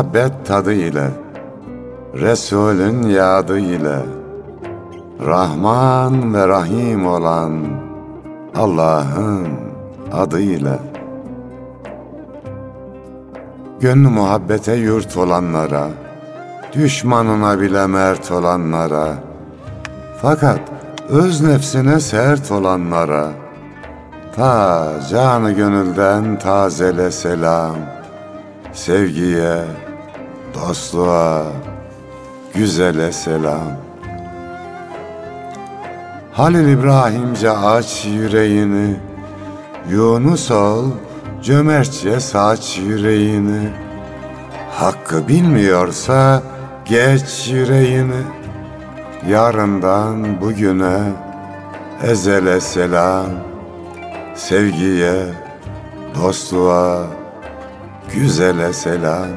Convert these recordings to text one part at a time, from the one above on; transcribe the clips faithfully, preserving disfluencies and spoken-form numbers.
muhabbet tadı ile, Resulün yadı ile, Rahman ve Rahim olan Allah'ın adıyla. Gönlü muhabbete yurt olanlara, düşmanına bile mert olanlara, fakat öz nefsine sert olanlara, ta canı gönülden tazele selam, sevgiye, dostluğa, güzele selam. Halil İbrahimce aç yüreğini, Yunus ol, cömertçe saç yüreğini. Hakkı bilmiyorsa geç yüreğini. Yarından bugüne ezele selam, sevgiye, dostluğa, güzele selam.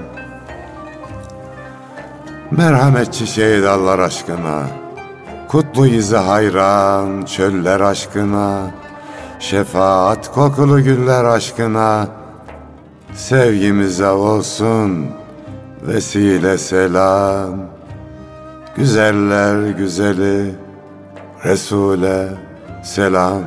Merhamet çiçeği dallar aşkına, kutlu yüzü hayran çöller aşkına, şefaat kokulu güller aşkına, sevgimize olsun vesile selam. Güzeller güzeli Resul'e selam.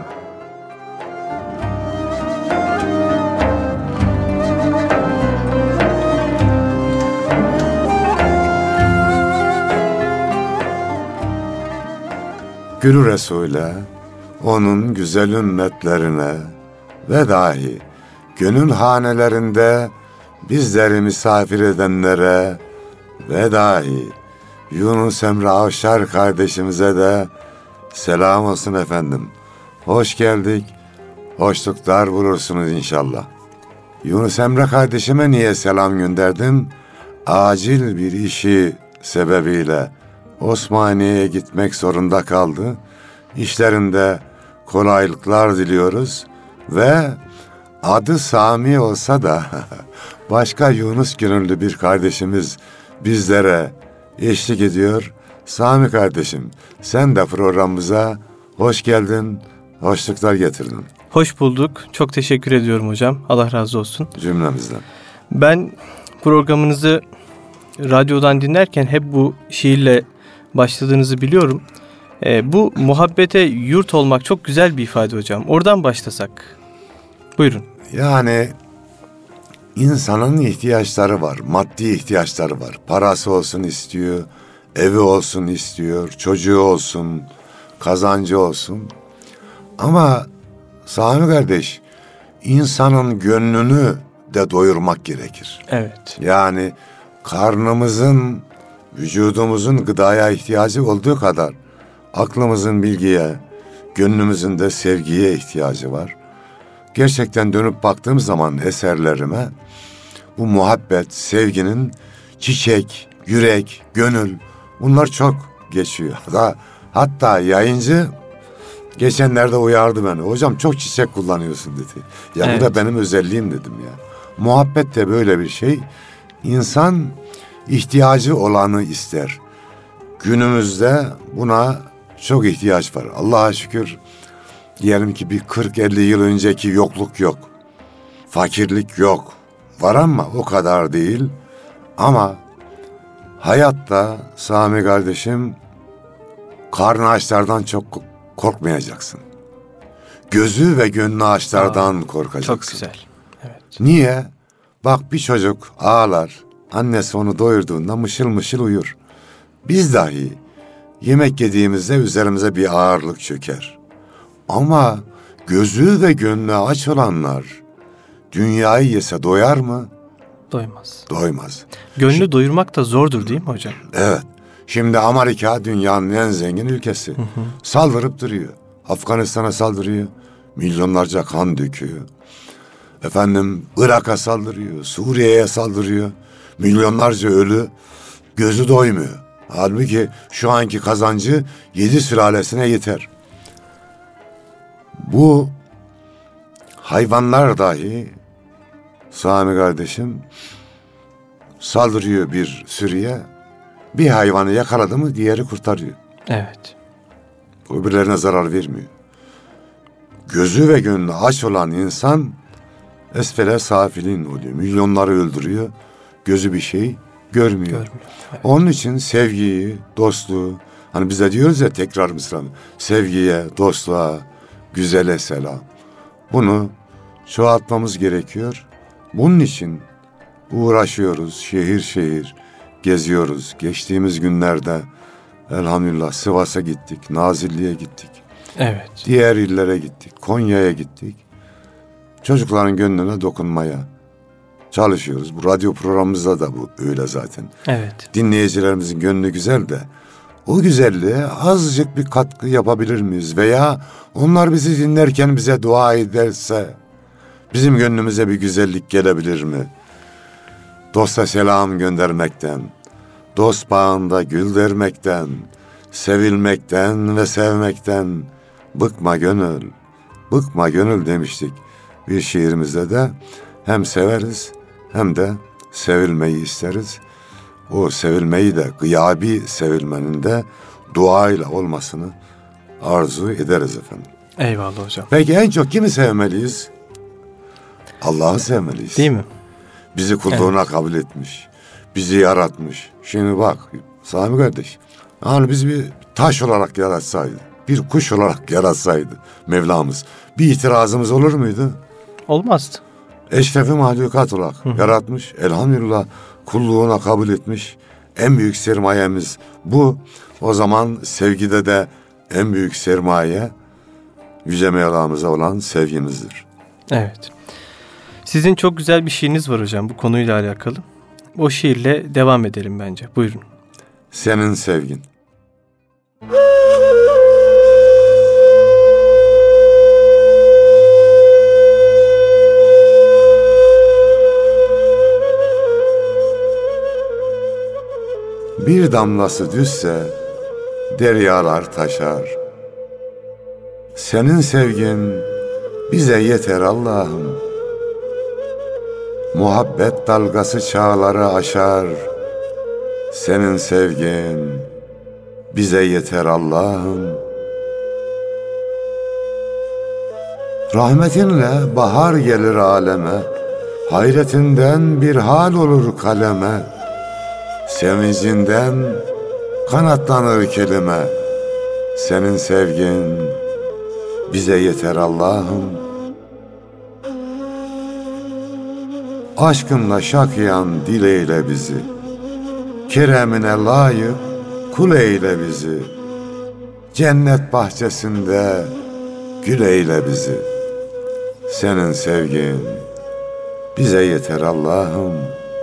Gül Resul'e, onun güzel ümmetlerine ve dahi gönül hanelerinde bizleri misafir edenlere ve dahi Yunus Emre Avşar kardeşimize de selam olsun efendim. Hoş geldik, hoşluklar bulursunuz inşallah. Yunus Emre kardeşime niye selam gönderdim? Acil bir işi sebebiyle Osmaniye'ye gitmek zorunda kaldı. İşlerinde kolaylıklar diliyoruz ve adı Sami olsa da başka Yunus gönüllü bir kardeşimiz bizlere eşlik ediyor. Sami kardeşim, sen de programımıza hoş geldin, hoşluklar getirdin. Hoş bulduk. Çok teşekkür ediyorum hocam. Allah razı olsun. Cümlemizden. Ben programınızı radyodan dinlerken hep bu şiirle başladığınızı biliyorum. E, bu muhabbete yurt olmak çok güzel bir ifade hocam. Oradan başlasak. Buyurun. Yani insanın ihtiyaçları var, maddi ihtiyaçları var. Parası olsun istiyor, evi olsun istiyor, çocuğu olsun, kazancı olsun. Ama Sami kardeş, insanın gönlünü de doyurmak gerekir. Evet. Yani karnımızın, vücudumuzun gıdaya ihtiyacı olduğu kadar aklımızın bilgiye, gönlümüzün de sevgiye ihtiyacı var. Gerçekten dönüp baktığım zaman eserlerime bu muhabbet, sevginin çiçek, yürek, gönül bunlar çok geçiyor. Hatta, hatta yayıncı geçenlerde uyardı beni. Hocam çok çiçek kullanıyorsun dedi. Ya evet. Bu da benim özelliğim dedim ya. Muhabbet de böyle bir şey. İnsan ihtiyacı olanı ister. Günümüzde buna çok ihtiyaç var. Allah'a şükür diyelim ki bir kırk elli yıl önceki yokluk yok. Fakirlik yok. Var ama o kadar değil. Ama hayatta Sami kardeşim karnı açlardan çok korkmayacaksın. Gözü ve gönlü açlardan Aa, korkacaksın. Çok güzel. Evet. Niye? Bak bir çocuk ağlar. Annesi onu doyurduğunda mışıl mışıl uyur. Biz dahi yemek yediğimizde üzerimize bir ağırlık çöker. Ama gözü ve gönlü aç olanlar dünyayı yese doyar mı? Doymaz. Doymaz. Gönlü Şimdi, doyurmak da zordur değil mi hocam? Evet. Şimdi Amerika dünyanın en zengin ülkesi. Hı hı. Saldırıp duruyor. Afganistan'a saldırıyor. Milyonlarca kan döküyor. Efendim Irak'a saldırıyor. Suriye'ye saldırıyor. Milyonlarca ölü. Gözü doymuyor. Halbuki şu anki kazancı yedi sülalesine yeter. Bu hayvanlar dahi Sami kardeşim saldırıyor bir sürüye. Bir hayvanı yakaladı mı diğeri kurtarıyor. Evet. Öbürlerine zarar vermiyor. Gözü ve gönlü aç olan insan esfele safilin oluyor. Milyonları öldürüyor. Gözü bir şey görmüyor. Görmüyor. Evet. Onun için sevgiyi, dostluğu, hani biz de diyoruz ya tekrar mısra, sevgiye, dostluğa, güzele selam. Bunu çoğaltmamız gerekiyor. Bunun için uğraşıyoruz, şehir şehir geziyoruz. Geçtiğimiz günlerde elhamdülillah Sivas'a gittik, Nazilli'ye gittik. Evet. Diğer illere gittik, Konya'ya gittik. Çocukların gönlüne dokunmaya çalışıyoruz. Bu radyo programımızda da bu öyle zaten. Evet. Dinleyicilerimizin gönlü güzel de o güzelliğe azıcık bir katkı yapabilir miyiz? Veya onlar bizi dinlerken bize dua ederse bizim gönlümüze bir güzellik gelebilir mi? Dosta selam göndermekten, dost bağında gül vermekten, sevilmekten ve sevmekten bıkma gönül, bıkma gönül demiştik bir şiirimizde de. Hem severiz hem de sevilmeyi isteriz. O sevilmeyi de gıyabi sevilmenin de duayla olmasını arzu ederiz efendim. Eyvallah hocam. Peki en çok kimi sevmeliyiz? Allah'ı sevmeliyiz. Değil mi? Bizi kulluğuna evet. kabul etmiş. Bizi yaratmış. Şimdi bak Sami kardeş. Yani bizi bir taş olarak yaratsaydı, bir kuş olarak yaratsaydı Mevlamız, bir itirazımız olur muydu? Olmazdı. Eşrefi mahlukat olarak Hı. yaratmış. Elhamdülillah kulluğuna kabul etmiş. En büyük sermayemiz bu. O zaman sevgide de en büyük sermaye Yüce Mevlamıza olan sevgimizdir. Evet. Sizin çok güzel bir şiiriniz var hocam bu konuyla alakalı. O şiirle devam edelim bence. Buyurun. Senin sevgin. Bir damlası düşse deryalar taşar. Senin sevgin bize yeter Allah'ım. Muhabbet dalgası çağları aşar. Senin sevgin bize yeter Allah'ım. Rahmetinle bahar gelir aleme. Hayretinden bir hal olur kaleme. Sevincinden kanatlanır kelime. Senin sevgin bize yeter Allah'ım. Aşkınla şakıyan dil eyle bizi. Keremine layık kul eyle bizi. Cennet bahçesinde gül eyle bizi. Senin sevgin bize yeter Allah'ım.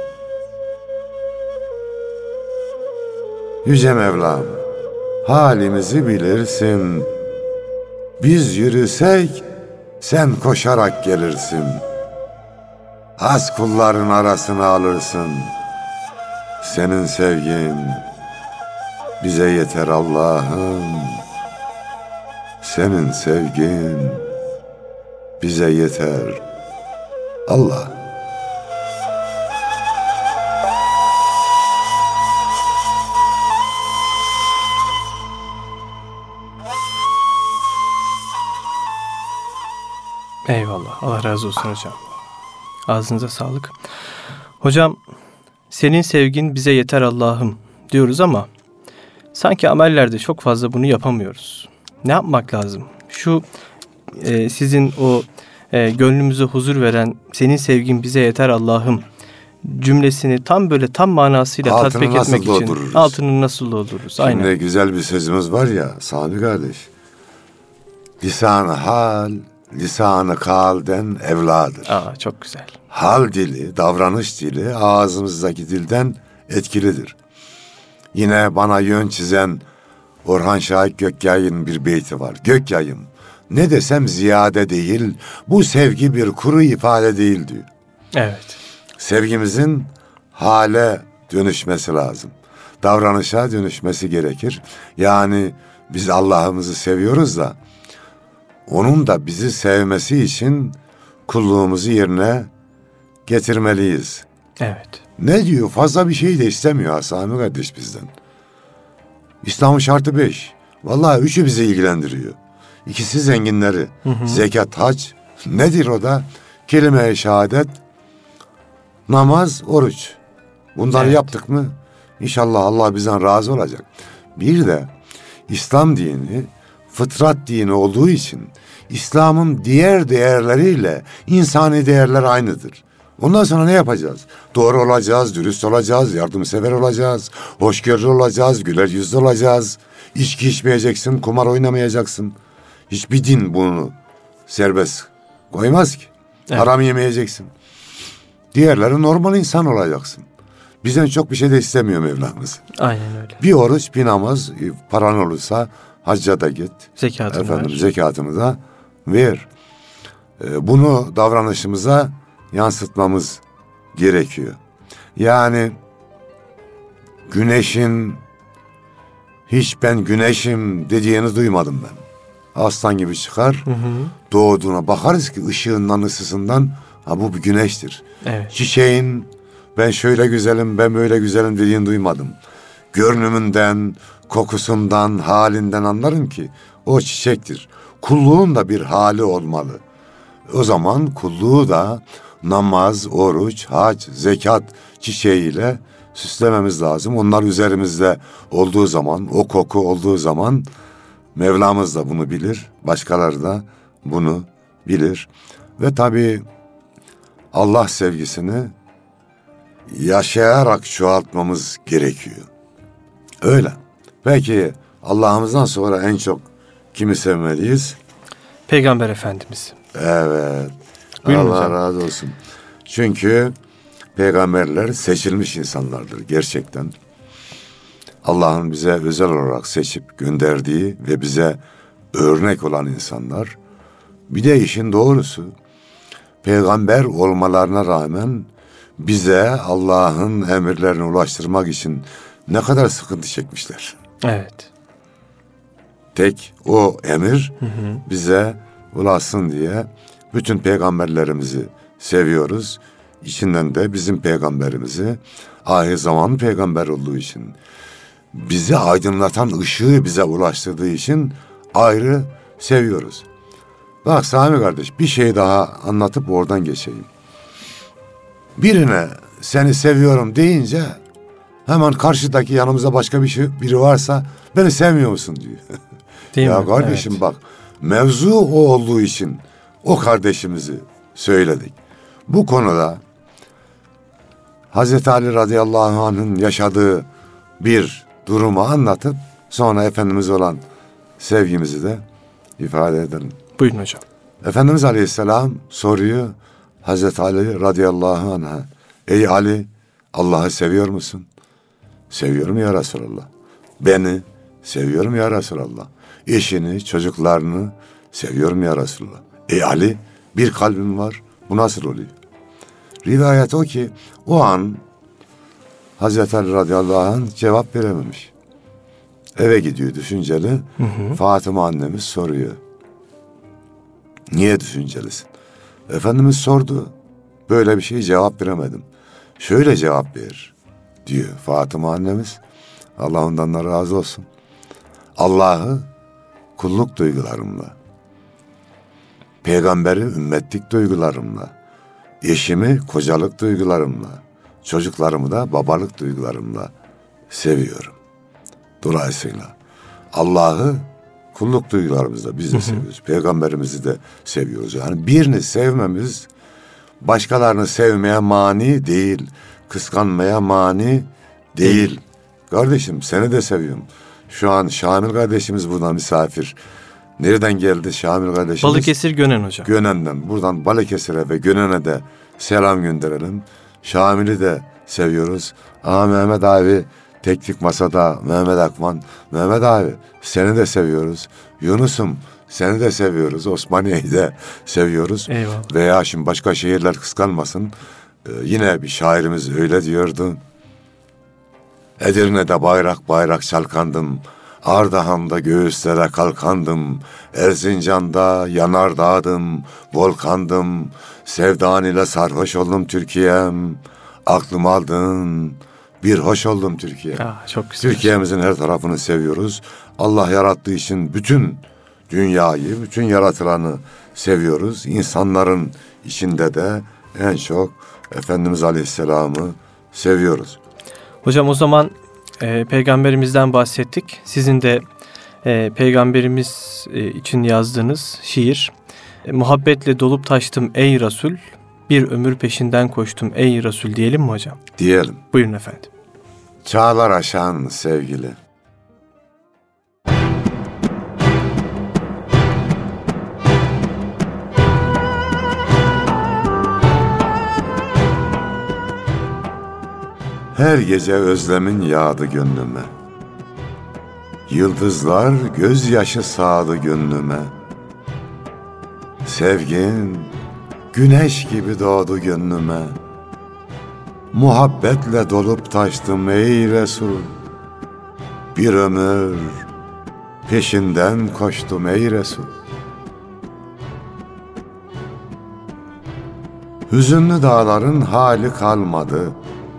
Yüce Mevlam, halimizi bilirsin. Biz yürüsek sen koşarak gelirsin. Az kulların arasına alırsın. Senin sevgin bize yeter Allah'ım. Senin sevgin bize yeter Allah. Eyvallah. Allah razı olsun hocam. Ağzınıza sağlık. Hocam, senin sevgin bize yeter Allah'ım diyoruz ama sanki amellerde çok fazla bunu yapamıyoruz. Ne yapmak lazım? Şu e, sizin o e, gönlümüze huzur veren senin sevgin bize yeter Allah'ım cümlesini tam böyle tam manasıyla altını tatbik etmek için doldururuz? Altını nasıl doldururuz? Şimdi Aynen. güzel bir sözümüz var ya Sami kardeş. Lisan-ı hal, lisan-ı kalden evladır. Aa, çok güzel. Hal dili, davranış dili ağzımızdaki dilden etkilidir. Yine bana yön çizen Orhan Şahik Gökyay'ın bir beyti var. Gökyayım, ne desem ziyade değil, bu sevgi bir kuru ifade değil diyor. Evet. Sevgimizin hale dönüşmesi lazım. Davranışa dönüşmesi gerekir. Yani biz Allah'ımızı seviyoruz da onun da bizi sevmesi için kulluğumuzu yerine getirmeliyiz. Evet. Ne diyor? Fazla bir şey de istemiyor Hasan kardeş bizden. İslam'ın şartı beş. Vallahi üçü bizi ilgilendiriyor. İkisi zenginleri. Hı hı. Zekat, hac. Nedir o da? Kelime-i şehadet, namaz, oruç. Bunları Evet. yaptık mı İnşallah Allah bizden razı olacak. Bir de İslam dini fıtrat dini olduğu için İslam'ın diğer değerleriyle insani değerler aynıdır. Ondan sonra ne yapacağız? Doğru olacağız, dürüst olacağız, yardımsever olacağız, hoşgörülü olacağız, güler yüzlü olacağız. İçki içmeyeceksin, kumar oynamayacaksın. Hiçbir din bunu serbest koymaz ki. Evet. Haram yemeyeceksin. Diğerleri normal insan olacaksın. Bizden çok bir şey de istemiyor Mevlamız. Aynen öyle. Bir oruç, bir namaz, paran olursa hacca da git. Zekatını Efendim ver. zekatını da ver. Ee, bunu davranışımıza yansıtmamız gerekiyor. Yani güneşin hiç ben güneşim dediğini duymadım ben. Aslan gibi çıkar. Hı hı. Doğduğuna bakarız ki ışığından, ısısından ha bu bir güneştir. Evet. Çiçeğin ben şöyle güzelim, ben böyle güzelim dediğini duymadım. Görünümünden, kokusundan, halinden anlarım ki o çiçektir. Kulluğun da bir hali olmalı. O zaman kulluğu da namaz, oruç, hac, zekat çiçeğiyle süslememiz lazım. Onlar üzerimizde olduğu zaman, o koku olduğu zaman Mevlamız da bunu bilir, başkaları da bunu bilir. Ve tabii Allah sevgisini yaşayarak çoğaltmamız gerekiyor. Öyle. Peki Allah'ımızdan sonra en çok kimi sevmeliyiz? Peygamber Efendimiz. Evet. Buyurun Allah hocam. razı olsun. Çünkü peygamberler seçilmiş insanlardır gerçekten. Allah'ın bize özel olarak seçip gönderdiği ve bize örnek olan insanlar. Bir de işin doğrusu peygamber olmalarına rağmen bize Allah'ın emirlerini ulaştırmak için ne kadar sıkıntı çekmişler. Evet. Tek o emir Hı hı. bize ulaşsın diye bütün peygamberlerimizi seviyoruz. İçinden de bizim peygamberimizi ahir zaman peygamber olduğu için bizi aydınlatan ışığı bize ulaştırdığı için ayrı seviyoruz. Bak Sami kardeş bir şey daha anlatıp oradan geçeyim. Birine seni seviyorum deyince hemen karşıdaki yanımızda başka bir şey biri varsa beni sevmiyor musun diyor. Değil ya mi? kardeşim Evet. bak mevzu o olduğu için o kardeşimizi söyledik. Bu konuda Hazreti Ali radıyallahu anh'ın yaşadığı bir durumu anlatıp sonra Efendimiz olan sevgimizi de ifade edelim. Buyurun hocam. Efendimiz Aleyhisselam soruyor Hazreti Ali radıyallahu anh'a. Ey Ali Allah'ı seviyor musun? Seviyorum ya Resulallah. Beni seviyorum ya Resulallah. Eşini, çocuklarını seviyorum ya Resulallah. Ey Ali bir kalbim var. Bu nasıl oluyor? Rivayet o ki o an Hazreti Ali radıyallahu anh cevap verememiş. Eve gidiyor düşünceli. Hı hı. Fatıma annemiz soruyor. Niye düşüncelisin? Efendimiz sordu. Böyle bir şey cevap veremedim. Şöyle cevap ver diyor Fatıma annemiz. Allah ondan da razı olsun. Allah'ı kulluk duygularımla, peygamberi ümmetlik duygularımla, eşimi kocalık duygularımla, çocuklarımı da babalık duygularımla seviyorum. Dolayısıyla Allah'ı kulluk duygularımızla biz de seviyoruz. Peygamberimizi de seviyoruz. Yani birini sevmemiz başkalarını sevmeye mani değil. Kıskanmaya mani değil. Kardeşim seni de seviyorum. Şu an Şamil kardeşimiz buradan misafir. Nereden geldi Şamil kardeşimiz? Balıkesir Gönen hocam. Gönen'den. Buradan Balıkesir'e ve Gönen'e de selam gönderelim. Şamil'i de seviyoruz. Aa Mehmet abi teknik masada Mehmet Akman. Mehmet abi seni de seviyoruz. Yunus'um seni de seviyoruz. Osmaniye'yi de seviyoruz. Eyvallah. Veya şimdi başka şehirler kıskanmasın. Ee, yine bir şairimiz öyle diyordu. Edirne'de bayrak bayrak çalkandım. Ardahan'da göğüslere kalkandım. Erzincan'da yanardağdım, volkandım. Sevdan ile sarhoş oldum Türkiye'm. Aklım aldın, bir hoş oldum Türkiye. Aa, çok güzel. Türkiye'mizin her tarafını seviyoruz. Allah yarattığı için bütün dünyayı, bütün yaratılanı seviyoruz. İnsanların içinde de en çok Efendimiz Aleyhisselam'ı seviyoruz. Hocam o zaman e, peygamberimizden bahsettik. Sizin de e, peygamberimiz e, için yazdığınız şiir. E, muhabbetle dolup taştım ey Resul, bir ömür peşinden koştum ey Resul diyelim mi hocam? Diyelim. Buyurun efendim. Çağlar aşan sevgili. Her gece özlemin yağdı gönlüme. Yıldızlar gözyaşı sağdı gönlüme. Sevgin güneş gibi doğdu gönlüme. Muhabbetle dolup taştım ey Resul. Bir ömür peşinden koştum ey Resul. Hüzünlü dağların hali kalmadı.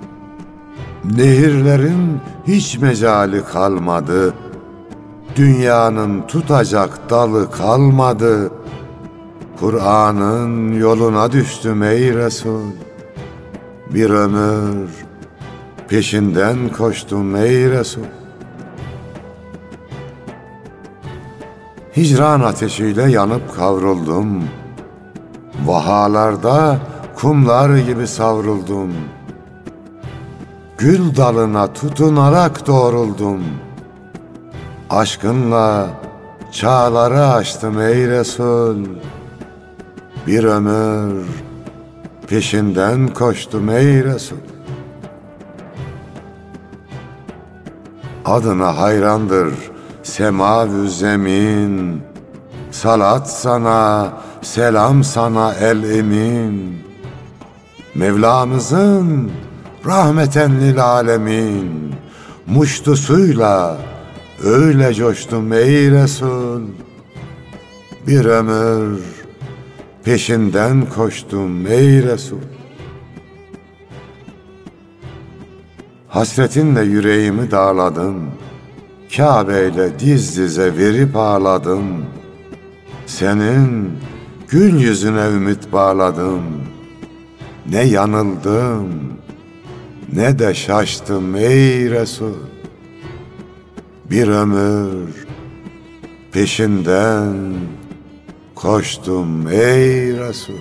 Nehirlerin hiç mecali kalmadı. Dünyanın tutacak dalı kalmadı. Kur'an'ın yoluna düştüm ey Resul. Bir ömür peşinden koştum ey Resul. Hicran ateşiyle yanıp kavruldum. Vahalarda kumlar gibi savruldum. Gül dalına tutunarak doğruldum. Aşkınla çağları aştım ey Resul. Bir ömür peşinden koştum ey Resul. Adına hayrandır semavü zemin. Salat sana, selam sana el emin. Mevlamızın rahmeten lil alemin muştusuyla öyle coştum ey Resul. Bir ömür peşinden koştum ey Resul. Hasretinle yüreğimi dağladım. Kabe'yle diz dize verip ağladım. Senin gül yüzüne ümit bağladım. Ne yanıldım, ne de şaştım ey Resul. Bir ömür peşinden koştum ey Resul.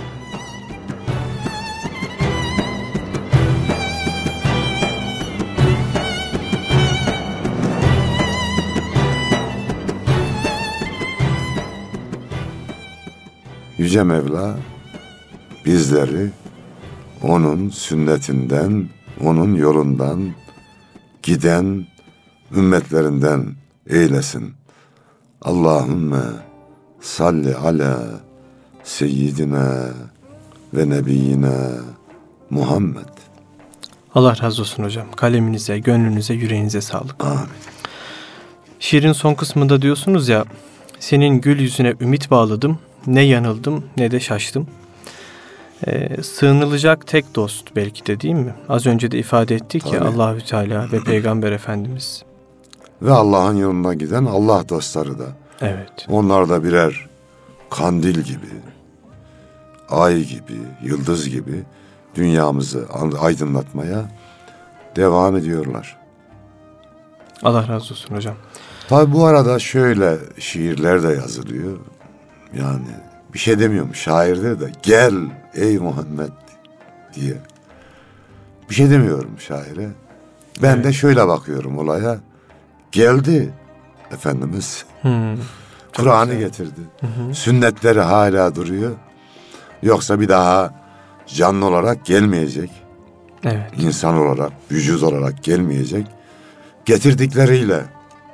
Yüce Mevla bizleri onun sünnetinden, onun yolundan giden ümmetlerinden eylesin. Allahümme salli ala seyyidina ve nebiyyina Muhammed. Allah razı olsun hocam. Kaleminize, gönlünüze, yüreğinize sağlık. Amin. Şiirin son kısmında diyorsunuz ya, senin gül yüzüne ümit bağladım, ne yanıldım ne de şaştım. Ee, sığınılacak tek dost belki de değil mi? Az önce de ifade ettik ya, Allahü Teala ve Peygamber Efendimiz. Ve Allah'ın yoluna giden Allah dostları da. Evet. Onlar da birer kandil gibi, ay gibi, yıldız gibi dünyamızı aydınlatmaya devam ediyorlar. Allah razı olsun hocam. Tabi bu arada şöyle şiirler de yazılıyor. Yani bir şey demiyorum, şairdir de gel ey Muhammed diye. Bir şey demiyorum şaire. Ben evet. de şöyle bakıyorum olaya. Geldi Efendimiz. Hmm. Kur'an'ı getirdi. Hı hı. Sünnetleri hala duruyor. Yoksa bir daha canlı olarak gelmeyecek. Evet. İnsan olarak, vücut olarak gelmeyecek. Getirdikleriyle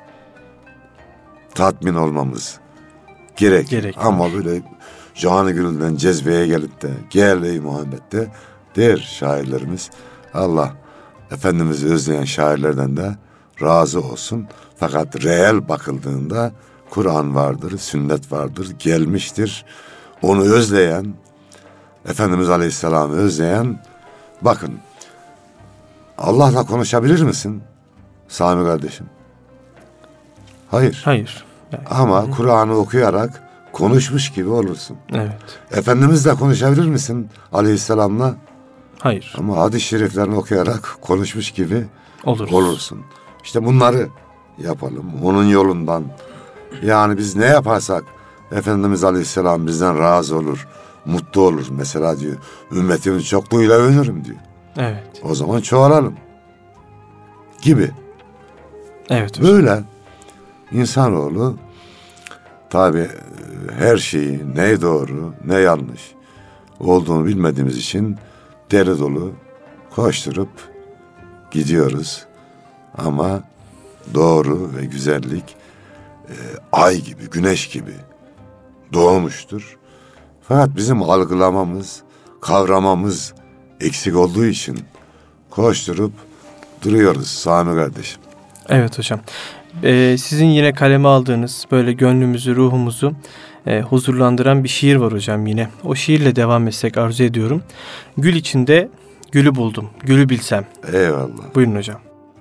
tatmin olmamız gerek. gerek Ama var. Böyle canı gönülden cezbeye gelip de gel ey Muhammed de der şairlerimiz. Allah Efendimiz'i özleyen şairlerden de razı olsun. Fakat reel bakıldığında Kur'an vardır, sünnet vardır, gelmiştir. Onu özleyen, Efendimiz Aleyhisselam'ı özleyen, bakın Allah'la konuşabilir misin Sami kardeşim? Hayır. Hayır. Yani. Ama Kur'an'ı okuyarak konuşmuş gibi olursun. Evet. Efendimizle konuşabilir misin Aleyhisselam'la? Hayır. Ama hadis-i şeriflerini okuyarak konuşmuş gibi Oluruz. olursun. İşte bunları yapalım. Onun yolundan. Yani biz ne yaparsak Efendimiz Aleyhisselam bizden razı olur, mutlu olur. Mesela diyor, ümmetimin çokluğuyla övünürüm diyor. Evet. O zaman çoğalalım gibi. Evet hocam. Böyle insanoğlu tabii her şeyi ne doğru ne yanlış olduğunu bilmediğimiz için deli dolu koşturup gidiyoruz. Ama doğru ve güzellik e, ay gibi, güneş gibi doğmuştur. Fakat bizim algılamamız, kavramamız eksik olduğu için koşturup duruyoruz Sami kardeşim. Evet hocam. Ee, sizin yine kaleme aldığınız böyle gönlümüzü, ruhumuzu e, huzurlandıran bir şiir var hocam yine. O şiirle devam etsek arzu ediyorum. Gül içinde gülü buldum, gülü bilsem. Eyvallah. Buyurun hocam.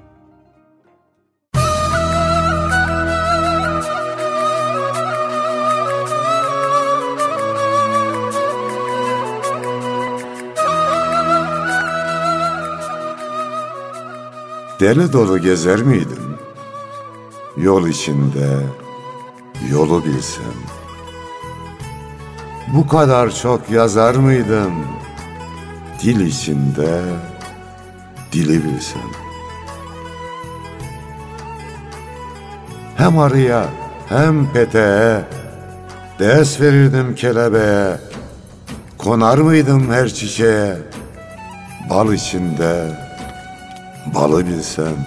Deli dolu gezer miydim? Yol içinde yolu bilsem. Bu kadar çok yazar mıydım? Dil içinde dili bilsem. Hem arıya hem peteğe ders verirdim kelebeğe. Konar mıydım her çiçeğe? Bal içinde balı bilsem.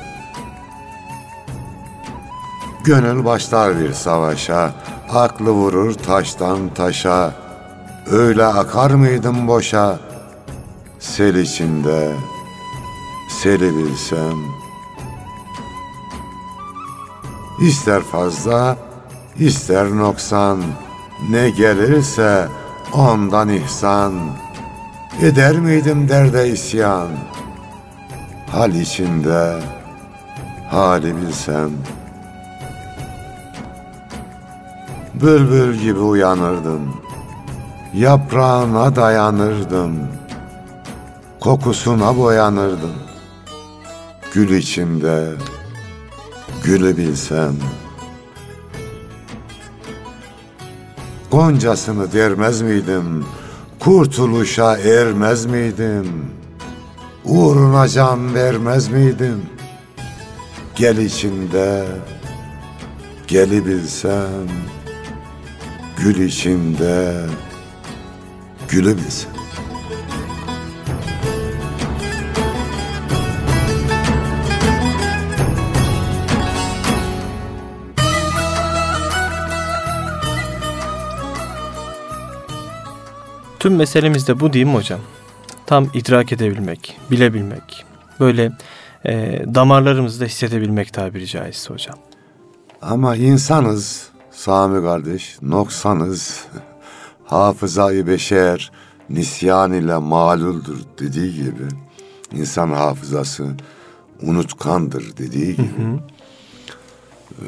Gönül başlar bir savaşa, aklı vurur taştan taşa. Öyle akar mıydım boşa? Sel içinde seli bilsem. İster fazla, ister noksan, ne gelirse ondan ihsan. Eder miydim derde isyan? Hal içinde hali bilsem. Bülbül gibi uyanırdım, yaprağına dayanırdım, kokusuna boyanırdım. Gül içinde gülü bilsem. Goncasını dermez miydim, kurtuluşa ermez miydim? Uğruna can vermez miydim? Gel içinde geli bilsem. Gül içinde gülü bilsem. Tüm meselemiz de bu değil mi hocam? Tam idrak edebilmek, bilebilmek, böyle e, damarlarımızda hissedebilmek tabiri caizse hocam. Ama insanız Sami kardeş, noksanız. Hafızayı beşer nisyan ile maluldur dediği gibi. İnsan hafızası unutkandır dediği gibi. Hı hı. Ee,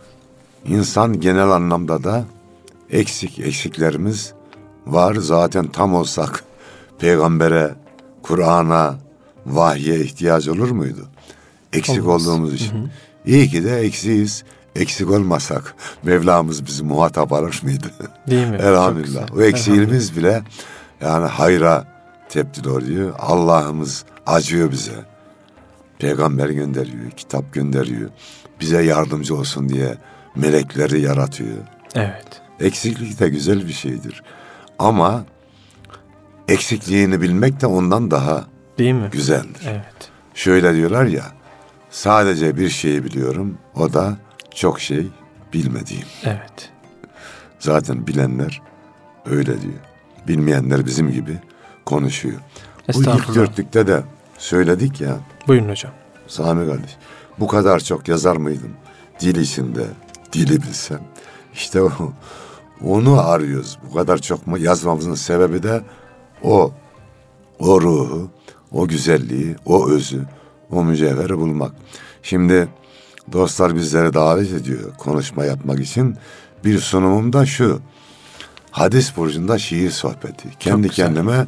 insan genel anlamda da eksik, eksiklerimiz var. Zaten tam olsak peygambere, Kur'an'a, vahye ihtiyaç olur muydu? Eksik Olmaz. olduğumuz için. Hı hı. İyi ki de eksiyiz. Eksik olmasak Mevlamız bizi muhatap alır mıydı? Değil mi? Elhamdülillah. O eksiğimiz bile yani hayra tebdil oluyor. Allah'ımız acıyor bize. Peygamber gönderiyor, kitap gönderiyor. Bize yardımcı olsun diye melekleri yaratıyor. Evet. Eksiklik de güzel bir şeydir. Ama eksikliğini bilmek de ondan daha değil mi? Güzeldir. Evet. Şöyle diyorlar ya, sadece bir şeyi biliyorum, o da çok şey bilmediğim. Evet. Zaten bilenler öyle diyor. Bilmeyenler bizim gibi konuşuyor. Bu ilk dörtlükte de söyledik ya. Buyurun hocam. Sami kardeş, bu kadar çok yazar mıydım? Dil içinde, dili bilsem. İşte o, onu arıyoruz. Bu kadar çok mu yazmamızın sebebi de o. O ruhu, o güzelliği, o özü, o mücevheri bulmak. Şimdi dostlar bizleri davet ediyor konuşma yapmak için. Bir sunumum da şu. Hadis burcunda şiir sohbeti. Kendi kendime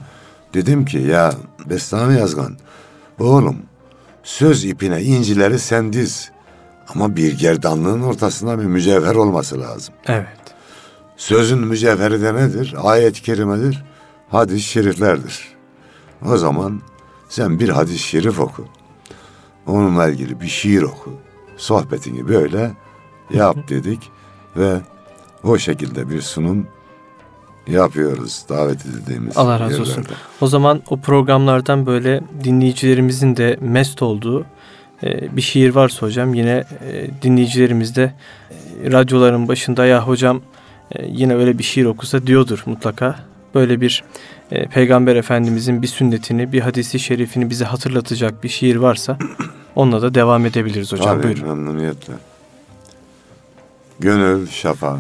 Dedim ki ya Bestami Yazgan, oğlum söz ipine incileri sen diz. Ama bir gerdanlığın ortasında bir mücevher olması lazım. Evet. Sözün mücevheri de nedir? Ayet-i kerimedir, hadis-i şeriflerdir. O zaman sen bir hadis-i şerif oku. Onunla ilgili bir şiir oku. Sohbetini böyle yap dedik ve o şekilde bir sunum yapıyoruz davet edildiğimiz Allah razı yerlerde. olsun. O zaman o programlardan böyle dinleyicilerimizin de mest olduğu e, bir şiir varsa hocam, yine e, dinleyicilerimiz de e, radyoların başında ya hocam e, yine öyle bir şiir okusa diyordur mutlaka. Böyle bir e, Peygamber Efendimizin bir sünnetini, bir hadisi şerifini bize hatırlatacak bir şiir varsa onunla da devam edebiliriz hocam. Tabii, buyurun. memnuniyetle. Gönül şafağı.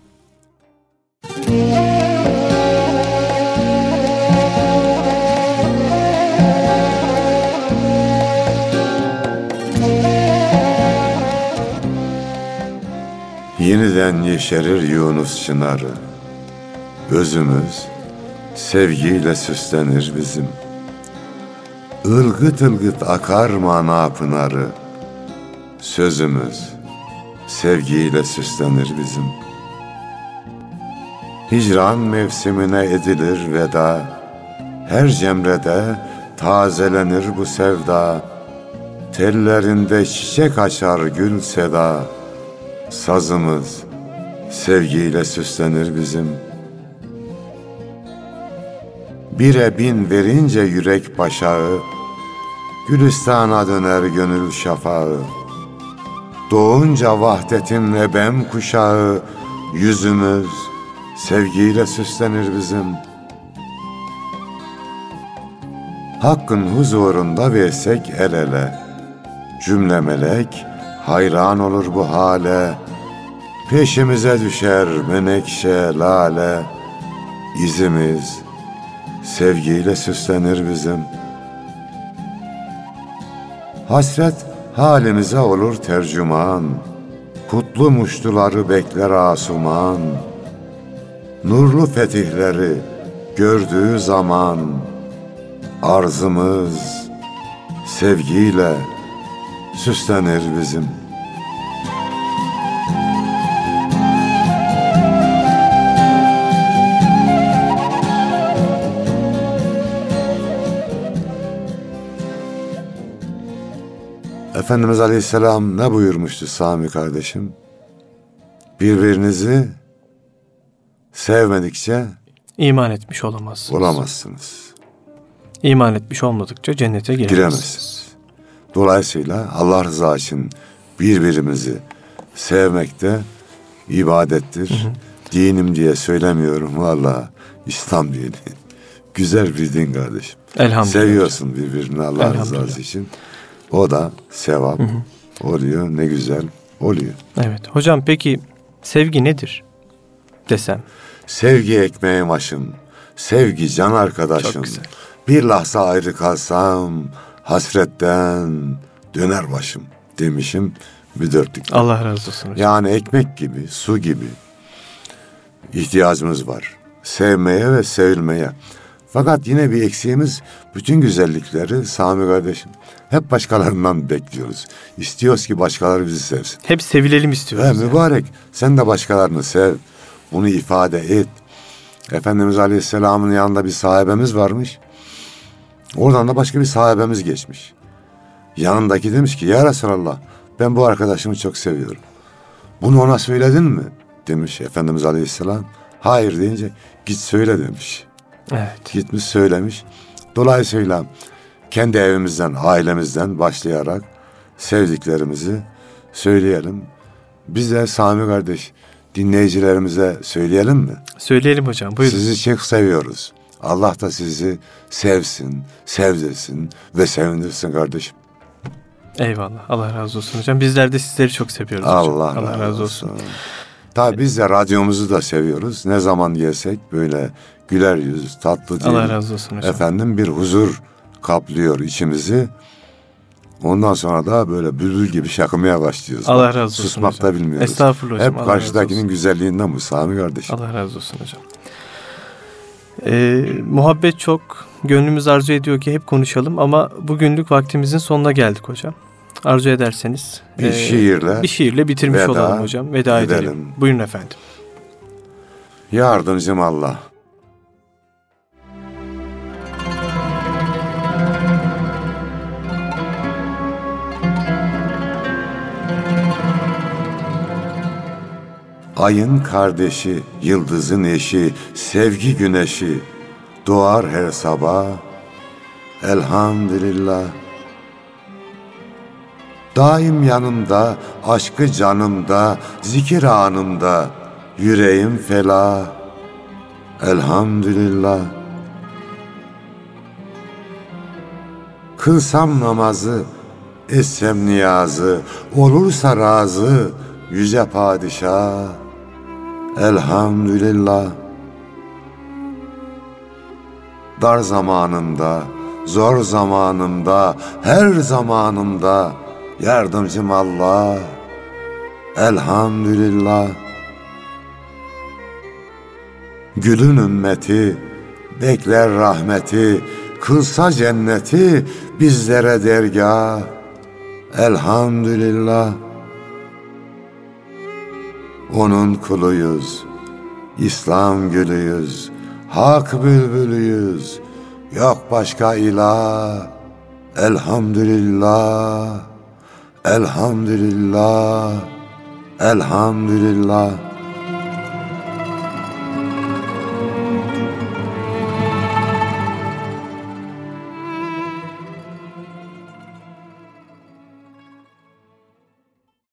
Yeniden yeşerir Yunus çınarı. Özümüz sevgiyle süslenir bizim. Ilgıt ılgıt akar mana pınarı. Sözümüz sevgiyle süslenir bizim. Hicran mevsimine edilir veda. Her cemrede tazelenir bu sevda. Tellerinde çiçek açar gül seda. Sazımız sevgiyle süslenir bizim. Bire bin verince yürek başağı, Gülistana döner gönül şafağı. Doğunca vahdetin ebem kuşağı, Yüzümüz sevgiyle süslenir bizim. Hakkın huzurunda versek el ele, Cümle melek hayran olur bu hale. Peşimize düşer menekşe lale. İzimiz sevgiyle süslenir bizim. Hasret halimize olur tercüman. Kutlu muştuları bekler asuman. Nurlu fetihleri gördüğü zaman arzımız sevgiyle süslenir bizim. Efendimiz Aleyhisselam ne buyurmuştu Sami kardeşim? Birbirinizi sevmedikçe İman etmiş olamazsınız. olamazsınız. İman etmiş olmadıkça cennete giremezsiniz. Giremezsiniz. Dolayısıyla Allah rızası için birbirimizi sevmek de ibadettir. Hı hı. Dinim diye söylemiyorum vallahi, İslam dini. Güzel bir din kardeşim. Elhamdülillah. Seviyorsun birbirini Allah rızası için. O da sevap hı hı. oluyor. Ne güzel oluyor. Evet. Hocam peki sevgi nedir desem? Sevgi ekmeğim aşım. Sevgi can arkadaşım. Çok güzel. Bir lahza ayrı kalsam hasretten döner başım demişim bir dörtlükte. Allah razı olsun hocam. Yani ekmek gibi, su gibi ihtiyacımız var. Sevmeye ve sevilmeye. Fakat yine bir eksiğimiz, bütün güzellikleri Sami kardeşim hep başkalarından bekliyoruz. İstiyoruz ki başkaları bizi sevsin. Hep sevilelim istiyoruz. He, yani. Mübarek sen de başkalarını sev. Bunu ifade et. Efendimiz Aleyhisselam'ın yanında bir sahibemiz varmış. Oradan da başka bir sahibemiz geçmiş. Yanındaki demiş ki ya Resulallah ben bu arkadaşımı çok seviyorum. Bunu ona söyledin mi? Demiş Efendimiz Aleyhisselam. Hayır deyince git söyle demiş. Evet. Gitmiş söylemiş. Dolayısıyla kendi evimizden, ailemizden başlayarak sevdiklerimizi söyleyelim. Biz de Sami kardeş dinleyicilerimize söyleyelim mi? Söyleyelim hocam, buyurun. Sizi çok seviyoruz. Allah da sizi sevsin, sevdirsin ve sevindirsin kardeşim. Eyvallah. Allah razı olsun hocam. Bizler de sizleri çok seviyoruz Allah hocam. Allah razı, razı olsun. olsun. Tabii biz de radyomuzu da seviyoruz. Ne zaman gelsek böyle güler yüz, tatlı dil. Allah razı olsun hocam. Efendim bir huzur kaplıyor içimizi. Ondan sonra da böyle bülbül gibi şakımaya başlıyoruz. Allah razı olsun Susmak hocam. da bilmiyoruz. Estağfurullah hocam. Hep Allah karşıdakinin güzelliğinden bu Sami kardeşim. Allah razı olsun hocam. Ee, muhabbet çok, gönlümüz arzu ediyor ki hep konuşalım ama bugünlük vaktimizin sonuna geldik hocam. Arzu ederseniz Bir e, şiirle bir şiirle bitirmiş veda olalım hocam. Veda edelim. edelim. Buyurun efendim. Yardımcım Allah. Ayın kardeşi, yıldızın eşi, sevgi güneşi doğar her sabah. Elhamdülillah. Daim yanımda, aşkı canımda, zikir anımda, yüreğim felah. Elhamdülillah. Kılsam namazı, etsem niyazı, olursa razı, yüce padişah. Elhamdülillah. Dar zamanımda, zor zamanımda, her zamanımda yardımcım Allah. Elhamdülillah. Gülün ümmeti bekler rahmeti, kılsa cenneti bizlere dergah. Elhamdülillah. Onun kuluyuz, İslam gülüyüz, hak bülbülüyüz, yok başka ilah. Elhamdülillah, elhamdülillah, elhamdülillah.